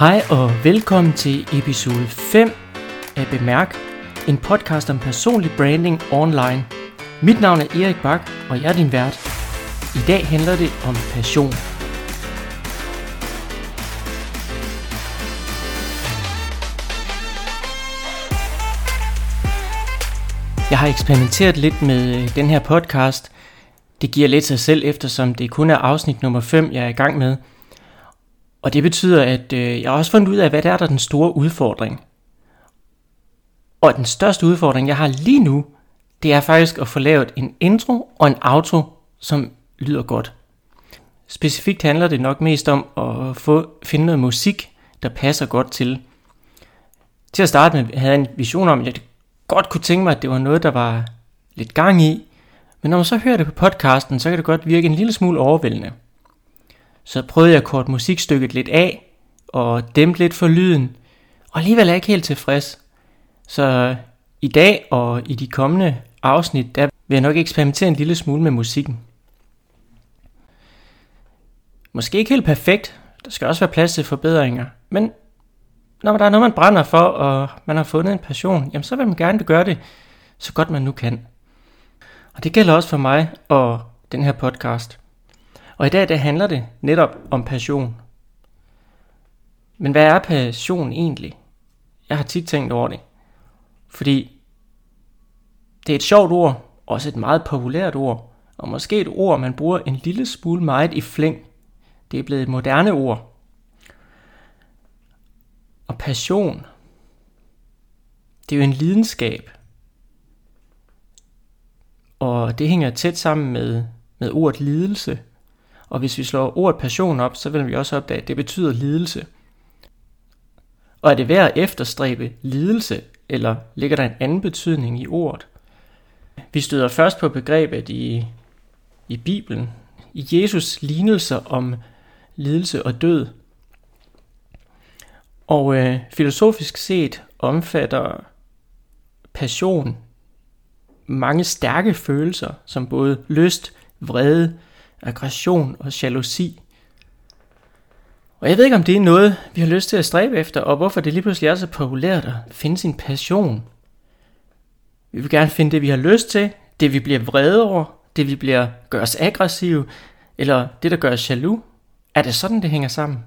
Hej og velkommen til episode 5 af Bemærk, en podcast om personlig branding online. Mit navn er Erik Bak, og jeg er din vært. I dag handler det om passion. Jeg har eksperimenteret lidt med den her podcast. Det giver lidt sig selv, eftersom det kun er afsnit nummer 5, jeg er i gang med. Og det betyder, at jeg har også fundet ud af, hvad der er den store udfordring. Og den største udfordring, jeg har lige nu, det er faktisk at få lavet en intro og en outro, som lyder godt. Specifikt handler det nok mest om at finde noget musik, der passer godt til. Til at starte med havde jeg en vision om, at jeg godt kunne tænke mig, at det var noget, der var lidt gang i. Men når man så hører det på podcasten, så kan det godt virke en lille smule overvældende. Så prøvede jeg at korte musikstykket lidt af, og dæmpe lidt for lyden, og alligevel er jeg ikke helt tilfreds. Så i dag og i de kommende afsnit, der vil jeg nok eksperimentere en lille smule med musikken. Måske ikke helt perfekt, der skal også være plads til forbedringer, men når der er noget, man brænder for, og man har fundet en passion, jamen så vil man gerne gøre det, så godt man nu kan. Og det gælder også for mig og den her podcast. Og i dag der handler det netop om passion. Men hvad er passion egentlig? Jeg har tit tænkt over det. Fordi det er et sjovt ord, også et meget populært ord, og måske et ord, man bruger en lille smule meget i flæng. Det er blevet et moderne ord. Og passion, det er jo en lidenskab. Og det hænger tæt sammen med ordet lidelse. Og hvis vi slår ordet passion op, så vil vi også opdage, at det betyder lidelse. Og er det værd at efterstræbe lidelse, eller ligger der en anden betydning i ordet? Vi støder først på begrebet i Bibelen, i Jesus lignelser om lidelse og død. Og filosofisk set omfatter passion mange stærke følelser, som både lyst, vrede, aggression og jalousi. Og jeg ved ikke, om det er noget, vi har lyst til at stræbe efter, og hvorfor det lige pludselig er så populært at finde sin passion. Vi vil gerne finde det, vi har lyst til, det vi bliver vrede over, det vi gør os aggressive, eller det, der gør os jaloux. Er det sådan, det hænger sammen?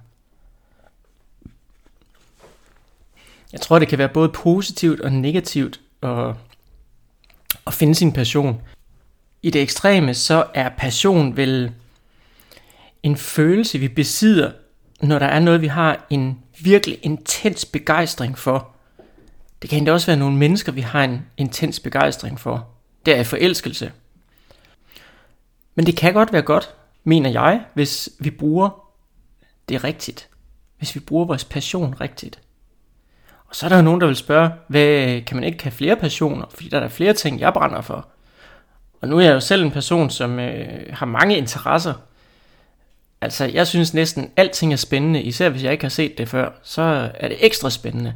Jeg tror, det kan være både positivt og negativt at finde sin passion. I det ekstreme, så er passion vel en følelse, vi besidder, når der er noget, vi har en virkelig intens begejstring for. Det kan endda også være nogle mennesker, vi har en intens begejstring for. Det er forelskelse. Men det kan godt være godt, mener jeg, hvis vi bruger det rigtigt. Hvis vi bruger vores passion rigtigt. Og så er der jo nogen, der vil spørge, kan man ikke have flere passioner? Fordi der er flere ting, jeg brænder for. Og nu er jeg jo selv en person, som har mange interesser. Altså, jeg synes næsten alting er spændende, især hvis jeg ikke har set det før, så er det ekstra spændende.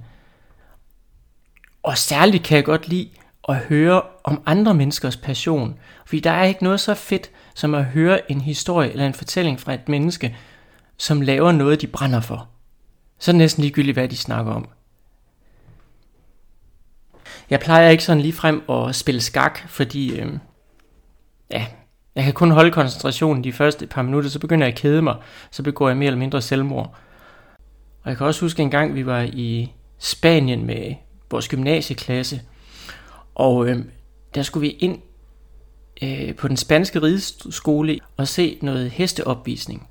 Og særligt kan jeg godt lide at høre om andre menneskers passion, fordi der er ikke noget så fedt, som at høre en historie eller en fortælling fra et menneske, som laver noget, de brænder for. Så er det næsten ligegyldigt, hvad de snakker om. Jeg plejer ikke sådan lige frem at spille skak, fordi jeg kan kun holde koncentrationen de første par minutter, så begynder jeg at kede mig, så begår jeg mere eller mindre selvmord. Og jeg kan også huske en gang, vi var i Spanien med vores gymnasieklasse, og der skulle vi ind på den spanske rideskole og se noget hesteopvisning.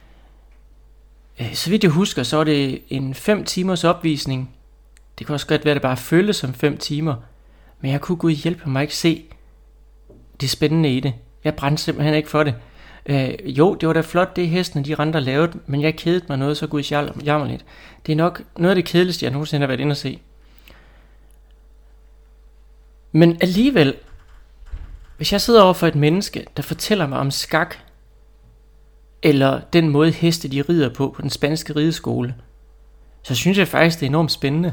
Så vidt jeg husker, så var det en 5 timers opvisning. Det kan også godt være, at det bare føltes som 5 timer, men jeg kunne Gud hjælpe mig ikke se det spændende i det. Jeg brændte simpelthen ikke for det. Jo, det var da flot, det hestene de render lavede, men jeg kedede mig noget så gudhjælpemigt. Det er nok noget af det kedeligste, jeg nogensinde har været inde at se. Men alligevel, hvis jeg sidder over for et menneske, der fortæller mig om skak, eller den måde heste de rider på den spanske rideskole, så synes jeg faktisk, det er enormt spændende.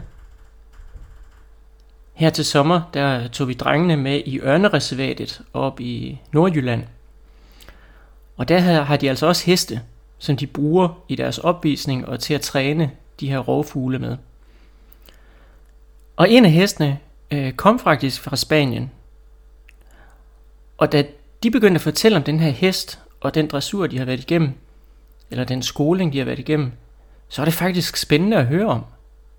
Her til sommer, der tog vi drengene med i Ørnereservatet op i Nordjylland. Og der har de altså også heste, som de bruger i deres opvisning og til at træne de her rovfugle med. Og en af hestene kom faktisk fra Spanien. Og da de begyndte at fortælle om den her hest, og den dressur, de har været igennem, eller den skoling, de har været igennem, så er det faktisk spændende at høre om.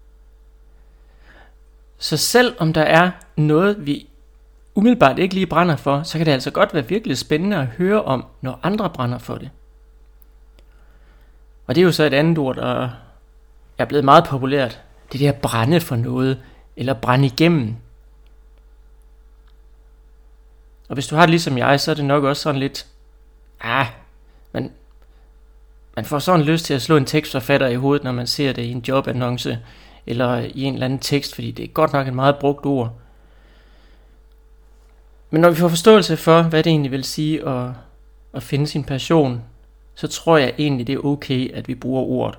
Så selv om der er noget, vi umiddelbart ikke lige brænder for, så kan det altså godt være virkelig spændende at høre om, når andre brænder for det. Og det er jo så et andet ord, der er blevet meget populært. Det der brænde for noget, eller brænde igennem. Og hvis du har det ligesom jeg, så er det nok også sådan lidt, man får sådan lyst til at slå en tekstforfatter i hovedet, når man ser det i en jobannonce, eller i en eller anden tekst, fordi det er godt nok et meget brugt ord. Men når vi får forståelse for, hvad det egentlig vil sige at finde sin passion, så tror jeg egentlig, det er okay, at vi bruger ordet.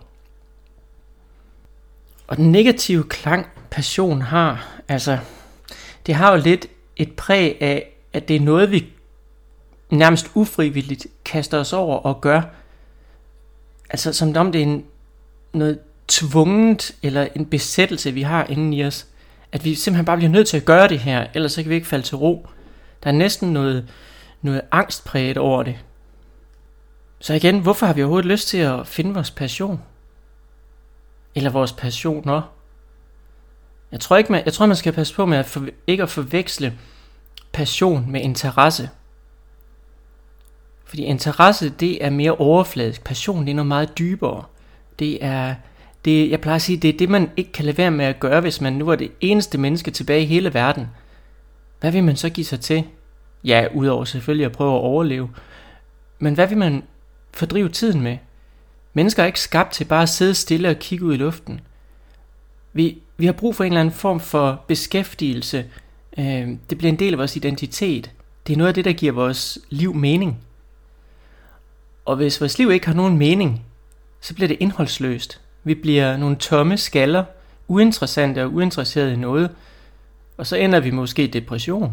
Og den negative klang, passion har, altså, det har jo lidt et præg af, at det er noget, vi nærmest ufrivilligt kaster os over og gør. Altså som om det er noget tvunget, eller en besættelse, vi har inden i os. At vi simpelthen bare bliver nødt til at gøre det her, ellers så kan vi ikke falde til ro. Der er næsten noget angstpræget over det. Så igen, hvorfor har vi overhovedet lyst til at finde vores passion? Eller vores passioner? Jeg tror, man skal passe på med ikke at forveksle passion med interesse. Fordi interesse, det er mere overfladisk. Passion, det er noget meget dybere. Jeg plejer at sige, det er det, man ikke kan lade være med at gøre, hvis man nu er det eneste menneske tilbage i hele verden. Hvad vil man så give sig til? Ja, udover selvfølgelig at prøve at overleve. Men hvad vil man fordrive tiden med? Mennesker er ikke skabt til bare at sidde stille og kigge ud i luften. Vi har brug for en eller anden form for beskæftigelse. Det bliver en del af vores identitet. Det er noget af det, der giver vores liv mening. Og hvis vores liv ikke har nogen mening, så bliver det indholdsløst. Vi bliver nogle tomme skaller, uinteressante og uinteresserede i noget. Og så ender vi måske i depression.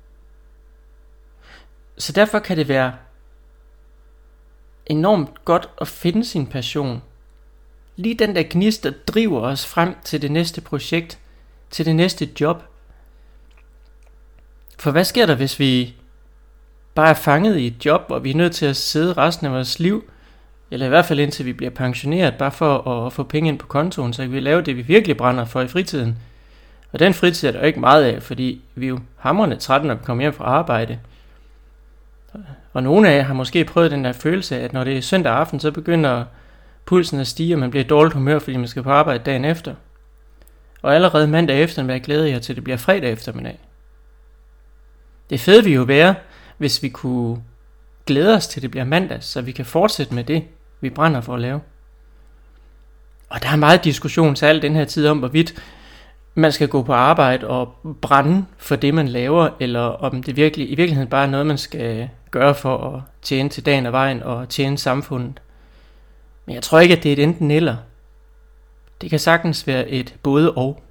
Så derfor kan det være enormt godt at finde sin passion. Lige den der gnist, der driver os frem til det næste projekt, til det næste job. For hvad sker der, hvis vi bare er fanget i et job, og vi er nødt til at sidde resten af vores liv, eller i hvert fald indtil vi bliver pensioneret, bare for at få penge ind på kontoen, så kan vi lave det, vi virkelig brænder for i fritiden. Og den fritid er der jo ikke meget af, fordi vi er jo hamrende trætte, når vi kommer hjem fra arbejde. Og nogle af jer har måske prøvet den der følelse af, at når det er søndag aften, så begynder pulsen at stige, og man bliver i dårligt humør, fordi man skal på arbejde dagen efter. Og allerede mandag eftermiddag glæder jeg til, det bliver fredag eftermiddag. Det fede vil jo være, hvis vi kunne glæde os til, det bliver mandag, så vi kan fortsætte med det, vi brænder for at lave. Og der er meget diskussion til al den her tid om, hvorvidt man skal gå på arbejde og brænde for det, man laver, eller om det i virkeligheden bare er noget, man skal gøre for at tjene til dagen og vejen og tjene samfundet. Men jeg tror ikke, at det er et enten eller. Det kan sagtens være et både og.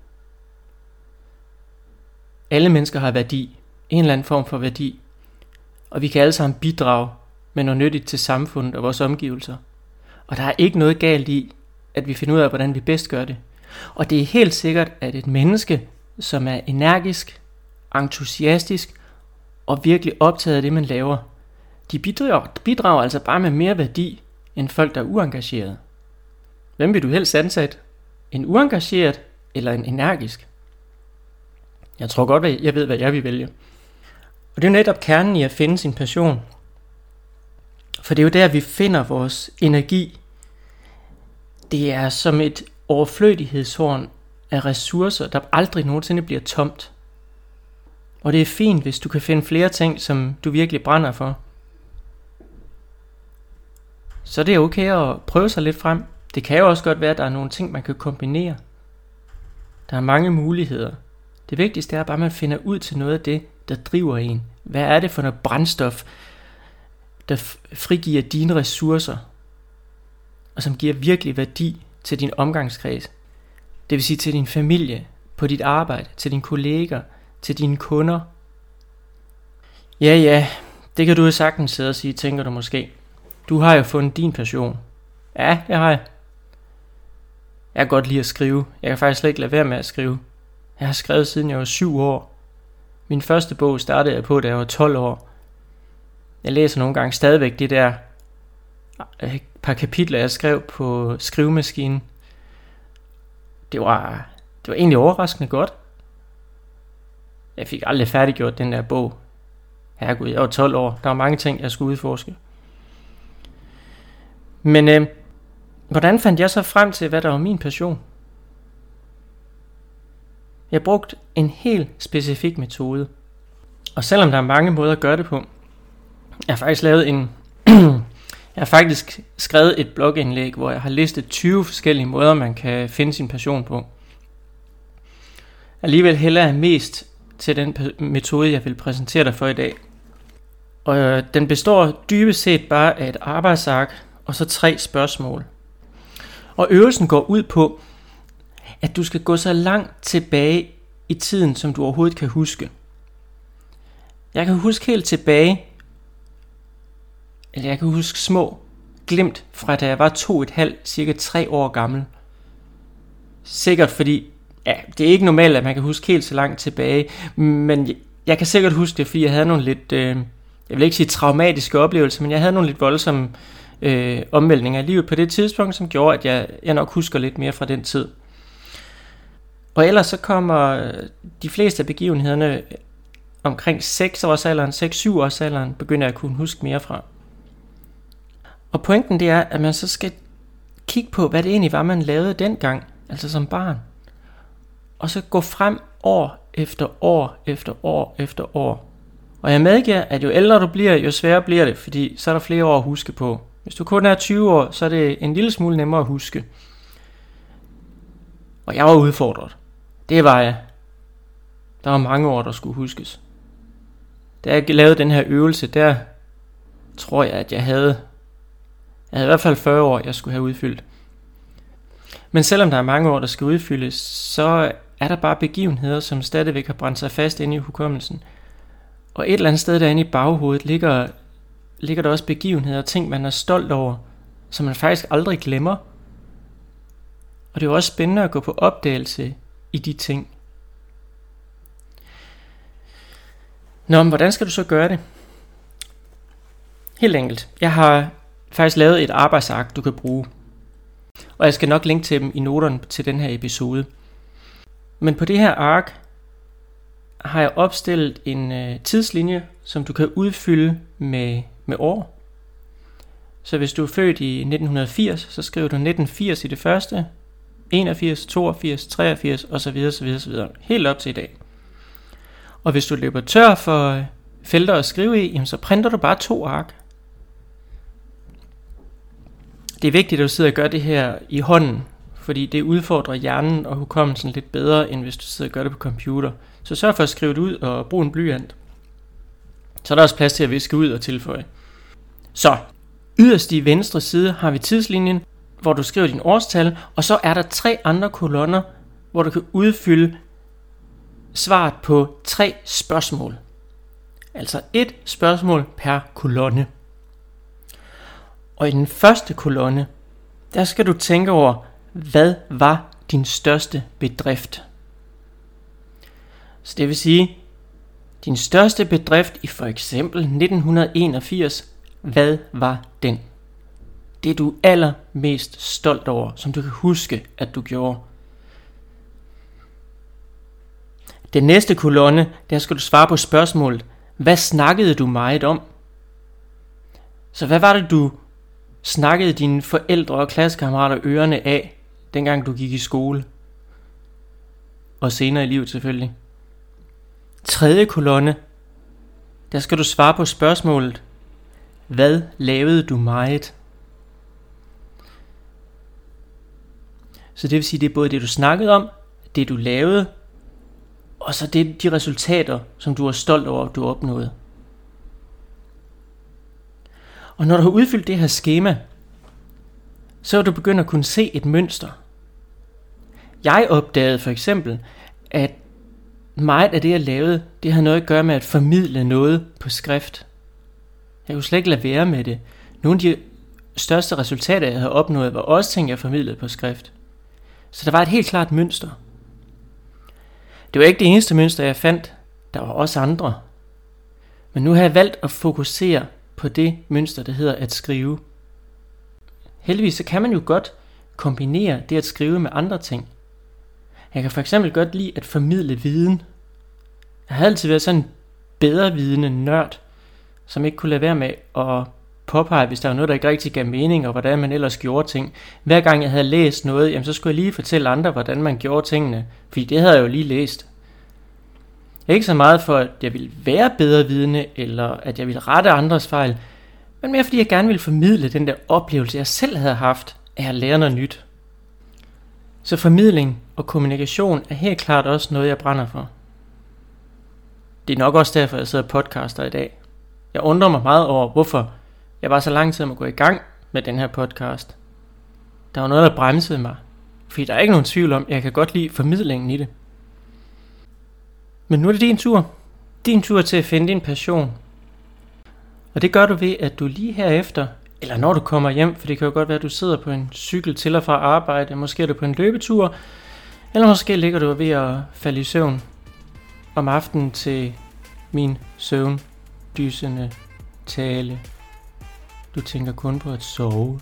Alle mennesker har værdi, en eller anden form for værdi, og vi kan alle sammen bidrage med noget nyttigt til samfundet og vores omgivelser. Og der er ikke noget galt i, at vi finder ud af, hvordan vi bedst gør det. Og det er helt sikkert, at et menneske, som er energisk, entusiastisk og virkelig optaget af det, man laver, de bidrager altså bare med mere værdi, end folk, der er uengagerede. Hvem vil du helst ansætte? En uengageret eller en energisk? Jeg tror godt, at jeg ved, hvad jeg vil vælge. Og det er jo netop kernen i at finde sin passion. For det er jo der, vi finder vores energi. Det er som et overflødighedshorn af ressourcer, der aldrig nogensinde bliver tomt. Og det er fint, hvis du kan finde flere ting, som du virkelig brænder for. Så det er okay at prøve sig lidt frem. Det kan jo også godt være, at der er nogle ting, man kan kombinere. Der er mange muligheder. Det vigtigste er bare, at man finder ud til noget af det, der driver en. Hvad er det for noget brændstof, der frigiver dine ressourcer, og som giver virkelig værdi til din omgangskreds? Det vil sige til din familie, på dit arbejde, til dine kolleger, til dine kunder. Ja, det kan du jo sagtens sidde og sige, tænker du måske. Du har jo fundet din passion. Ja, det har jeg. Jeg kan godt lide at skrive. Jeg kan faktisk slet ikke lade være med at skrive. Jeg har skrevet siden jeg var 7 år. Min første bog startede jeg på, da jeg var 12 år. Jeg læser nogle gange stadigvæk det der par kapitler, jeg skrev på skrivemaskinen. Det var egentlig overraskende godt. Jeg fik aldrig færdiggjort den der bog. Herregud, jeg var 12 år. Der var mange ting, jeg skulle udforske. Men hvordan fandt jeg så frem til, hvad der var min passion? Jeg brugte en helt specifik metode. Og selvom der er mange måder at gøre det på, jeg har faktisk skrevet et blogindlæg, hvor jeg har listet 20 forskellige måder, man kan finde sin passion på. Alligevel hælder jeg mest til den metode, jeg vil præsentere dig for i dag. Og den består dybest set bare af et arbejdsark og så 3 spørgsmål. Og øvelsen går ud på, at du skal gå så langt tilbage i tiden, som du overhovedet kan huske. Jeg kan huske helt tilbage, eller jeg kan huske små glimt fra da jeg var 2,5, cirka 3 år gammel. Sikkert fordi, det er ikke normalt, at man kan huske helt så langt tilbage, men jeg kan sikkert huske det, fordi jeg havde nogle lidt, jeg vil ikke sige traumatiske oplevelser, men jeg havde nogle lidt voldsomme omvæltninger i livet på det tidspunkt, som gjorde, at jeg nok husker lidt mere fra den tid. Og ellers så kommer de fleste af begivenhederne omkring 6-årsalderen, 6-7-årsalderen, begynder jeg at kunne huske mere fra. Og pointen det er, at man så skal kigge på, hvad det egentlig var, man lavede dengang, altså som barn. Og så gå frem år efter år efter år efter år. Og jeg medgiver, at jo ældre du bliver, jo sværere bliver det, fordi så er der flere år at huske på. Hvis du kun er 20 år, så er det en lille smule nemmere at huske. Og jeg var udfordret. Det var jeg. Der var mange år, der skulle huskes. Da jeg lavede den her øvelse, der tror jeg, at jeg havde i hvert fald 40 år, jeg skulle have udfyldt. Men selvom der er mange år, der skal udfyldes, så er der bare begivenheder, som stadigvæk har brændt sig fast inde i hukommelsen. Og et eller andet sted derinde i baghovedet ligger der også begivenheder, ting man er stolt over, som man faktisk aldrig glemmer. Og det er jo også spændende at gå på opdagelse i de ting. Nå, men hvordan skal du så gøre det? Helt enkelt. Jeg har faktisk lavet et arbejdsark, du kan bruge. Og jeg skal nok linke til dem i noterne til den her episode. Men på det her ark har jeg opstillet en tidslinje, som du kan udfylde med år. Så hvis du er født i 1980, så skriver du 1980 i det første, 81, 82, 83 osv. Helt op til i dag. Og hvis du løber tør for felter at skrive i, så printer du bare 2 ark. Det er vigtigt, at du sidder og gør det her i hånden, fordi det udfordrer hjernen og hukommelsen lidt bedre, end hvis du sidder og gør det på computer. Så sørg for at skrive det ud og brug en blyant. Så er der også plads til at viske ud og tilføje. Så, yderst i venstre side har vi tidslinjen, hvor du skriver din årstal, og så er der 3 andre kolonner, hvor du kan udfylde svaret på 3 spørgsmål. Altså 1 spørgsmål per kolonne. Og i den første kolonne, der skal du tænke over, hvad var din største bedrift? Så det vil sige, din største bedrift i for eksempel 1981, hvad var den? Det du er allermest stolt over, som du kan huske, at du gjorde. Den næste kolonne, der skal du svare på spørgsmålet, hvad snakkede du meget om? Så hvad var det, du snakkede dine forældre og klassekammerater ørerne af, dengang du gik i skole? Og senere i livet selvfølgelig. Tredje kolonne, der skal du svare på spørgsmålet, hvad lavede du meget? Så det vil sige, det er både det, du snakkede om, det du lavede, og så det de resultater, som du er stolt over, at du opnåede. Og når du har udfyldt det her skema, så vil du begynde at kunne se et mønster. Jeg opdagede for eksempel, at meget af det, jeg lavede, det havde noget at gøre med at formidle noget på skrift. Jeg kunne slet ikke lade være med det. Nogle af de største resultater, jeg havde opnået, var også ting, jeg formidlede på skrift. Så der var et helt klart mønster. Det var ikke det eneste mønster, jeg fandt. Der var også andre. Men nu har jeg valgt at fokusere på det mønster, der hedder at skrive. Heldigvis så kan man jo godt kombinere det at skrive med andre ting. Jeg kan for eksempel godt lide at formidle viden. Jeg har altid været sådan en bedre vidende nørd, som ikke kunne lade være med at påpege, hvis der var noget, der ikke rigtig gav mening, og hvordan man ellers gjorde ting. Hver gang jeg havde læst noget, jamen, så skulle jeg lige fortælle andre, hvordan man gjorde tingene, fordi det havde jeg jo lige læst. Ikke så meget for, at jeg ville være bedre vidende, eller at jeg ville rette andres fejl, men mere fordi jeg gerne ville formidle den der oplevelse, jeg selv havde haft af at lære noget nyt. Så formidling og kommunikation er helt klart også noget, jeg brænder for. Det er nok også derfor, jeg sidder og podcaster i dag. Jeg undrer mig meget over, hvorfor jeg var så lang tid om at gå i gang med den her podcast. Der var noget, der bremsede mig, fordi der er ikke nogen tvivl om, at jeg kan godt lide formidlingen i det. Men nu er det din tur. Din tur til at finde din passion. Og det gør du ved, at du lige herefter, eller når du kommer hjem, for det kan jo godt være, at du sidder på en cykel til og fra arbejde, måske er du på en løbetur, eller måske ligger du ved at falde i søvn om aftenen til min søvndysende tale. Du tænker kun på at sove.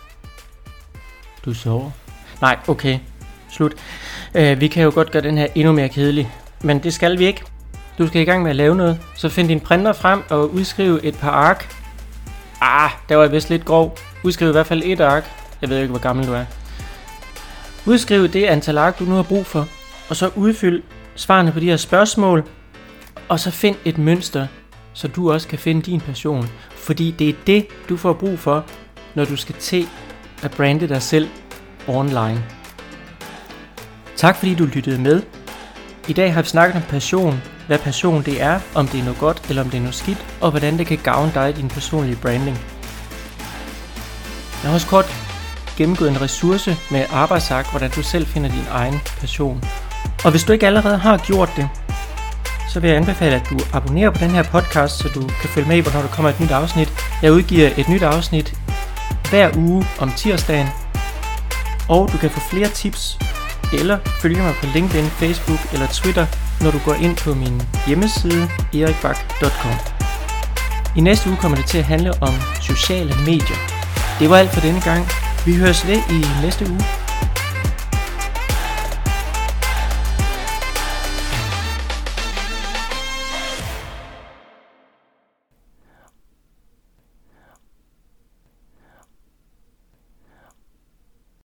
Du sover? Nej, okay. Slut. Vi kan jo godt gøre den her endnu mere kedelig, men det skal vi ikke. Du skal i gang med at lave noget, så find din printer frem og udskriv et par ark. Der var jeg vist lidt grov. Udskriv i hvert fald et ark. Jeg ved ikke, hvor gammel du er. Udskriv det antal ark, du nu har brug for, og så udfyld svarene på de her spørgsmål, og så find et mønster, så du også kan finde din passion. Fordi det er det, du får brug for, når du skal til at brande dig selv online. Tak fordi du lyttede med. I dag har vi snakket om passion, hvad passion det er, om det er noget godt eller om det er noget skidt, og hvordan det kan gavne dig i din personlige branding. Jeg har også kort gennemgået en ressource med arbejdsark, hvordan du selv finder din egen passion. Og hvis du ikke allerede har gjort det, så vil jeg anbefale, at du abonnerer på den her podcast, så du kan følge med, hvornår der kommer et nyt afsnit. Jeg udgiver et nyt afsnit hver uge om tirsdagen, og du kan få flere tips, eller følge mig på LinkedIn, Facebook eller Twitter, når du går ind på min hjemmeside erikbak.com. I næste uge kommer det til at handle om sociale medier. Det var alt for denne gang. Vi høres ved i næste uge.